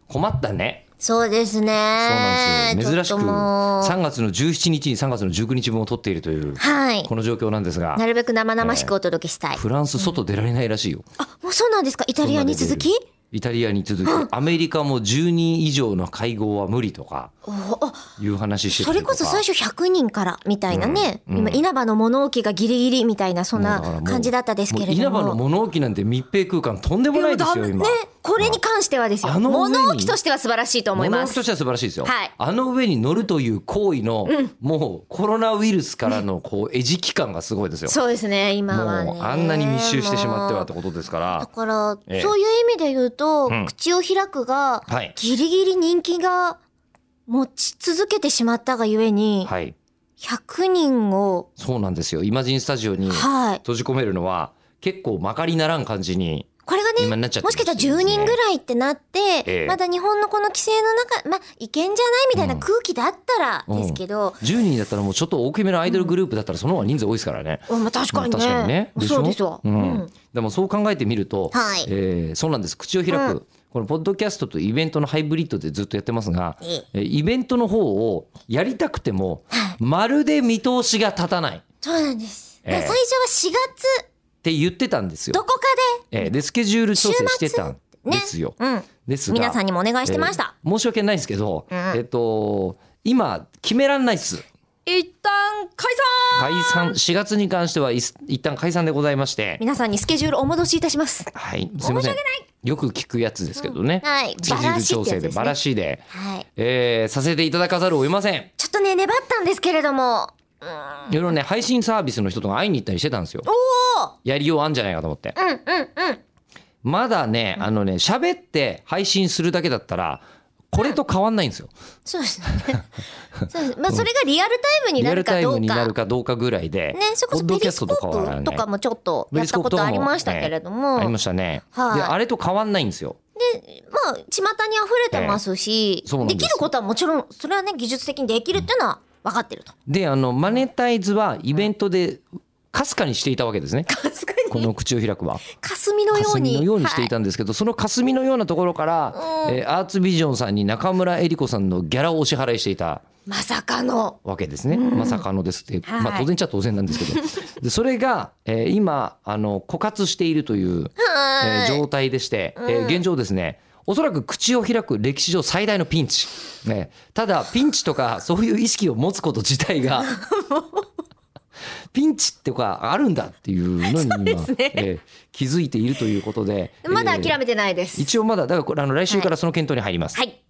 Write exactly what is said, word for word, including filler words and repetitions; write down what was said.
困ったね。 そうですね。そうなんですよ。珍しくさんががつのじゅうしちにちにさんがつのじゅうくにちぶんを取っているという、 はい、 この状況なんですが、 なるべく生々しくお届けしたい、 えー、フランス外出られないらしいよ、 うん、あ、もうそうなんですか。イタリアに続きイタリアに続きアメリカもじゅうにん以上の会合は無理とかいう話してたりとか、 それこそ最初ひゃくにんからみたいなね、うんうん、今稲葉の物置がギリギリみたいなそんな感じだったですけれども、 稲葉の物置なんて密閉空間とんでもないですよ今、ね、 これに関してはですよ、物置としては素晴らしいと思います。 物置としては素晴らしいですよ、 はい、 あの上に乗るという行為の、うん、もうコロナウイルスからのこう餌食感がすごいですよ。 そうですね、今はね、 もうあんなに密集してしまってはってことですから、 だから、ええ、そういう意味で言うと、うん、口を開くが、はい、ギリギリ人気が持ち続けてしまったがゆえに、はい、ひゃくにんをそうなんですよ、イマジンスタジオに閉じ込めるのは結構まかりならん感じに、 これがね、もしかしたらじゅうにんぐらいってなって、ええ、まだ日本のこの規制の中、まあいけんじゃないみたいな空気だったらですけど、 うんうん、じゅうにんだったらもうちょっと大きめのアイドルグループだったらその方が人数多いですからね、 うん、まあ、確かにね、 確かにね、でしょ、 そうですわ、 うんうん、でもそう考えてみると、はい、えー、そうなんです。口を開く、うん、このポッドキャストとイベントのハイブリッドでずっとやってますが、えイベントの方をやりたくてもまるで見通しが立たない。 そうなんです、えー、最初はしがつって言ってたんですよ、 どこかで、 えー、でスケジュール調整してたんですよ、ね、うん、ですが皆さんにもお願いしてました、 えー、申し訳ないですけど、うん、えっと今決めらんないっす。 一旦解散解散しがつに関しては一旦解散でございまして、 皆さんにスケジュールお戻しいたします。 はい、すみません、よく聞くやつですけどね、 うん、はい、 スケジュール調整でバラシで、 はい、 えー、させていただかざるを得ません。 ちょっとね粘ったんですけれども、 うん、いろいろね配信サービスの人とか会いに行ったりしてたんですよ。 おやりようあんじゃないかと思って、 うんうんうん、 まだねあのね喋って配信するだけだったらこれと変わんないんですよ、うん、 そうですねそうです、まあ、それがリアルタイムになるかどうか、 リアルタイムになるかどうかぐらいで、 ね、それこそペリスコープとかもちょっとやったことありましたけれども、 ね、ありましたね、 はい、 であれと変わんないんですよ。 でまあ巷に溢れてますし、えー、で, できることはもちろんそれはね技術的にできるっていうのは分かってると。 であのマネタイズはイベントでかすかにしていたわけですね、 かすかにこの口を開くは霞のように霞のようにしていたんですけど、はい、その霞のようなところから、うん、えー、アーツビジョンさんに中村江里子さんのギャラをお支払いしていたまさかのわけですね、うん、まさかのですって、 はい、 まあ、当然っちゃ当然なんですけどでそれが、えー、今あの枯渇しているという、えー、状態でして、えー、現状ですね、おそらく口を開く歴史上最大のピンチ、ね、ただピンチとかそういう意識を持つこと自体がピンチってかあるんだっていうのに今、ねえー、気づいているということで、 まだ諦めてないです、 えー、一応まだだからこれあの来週からその検討に入ります、 はいはい。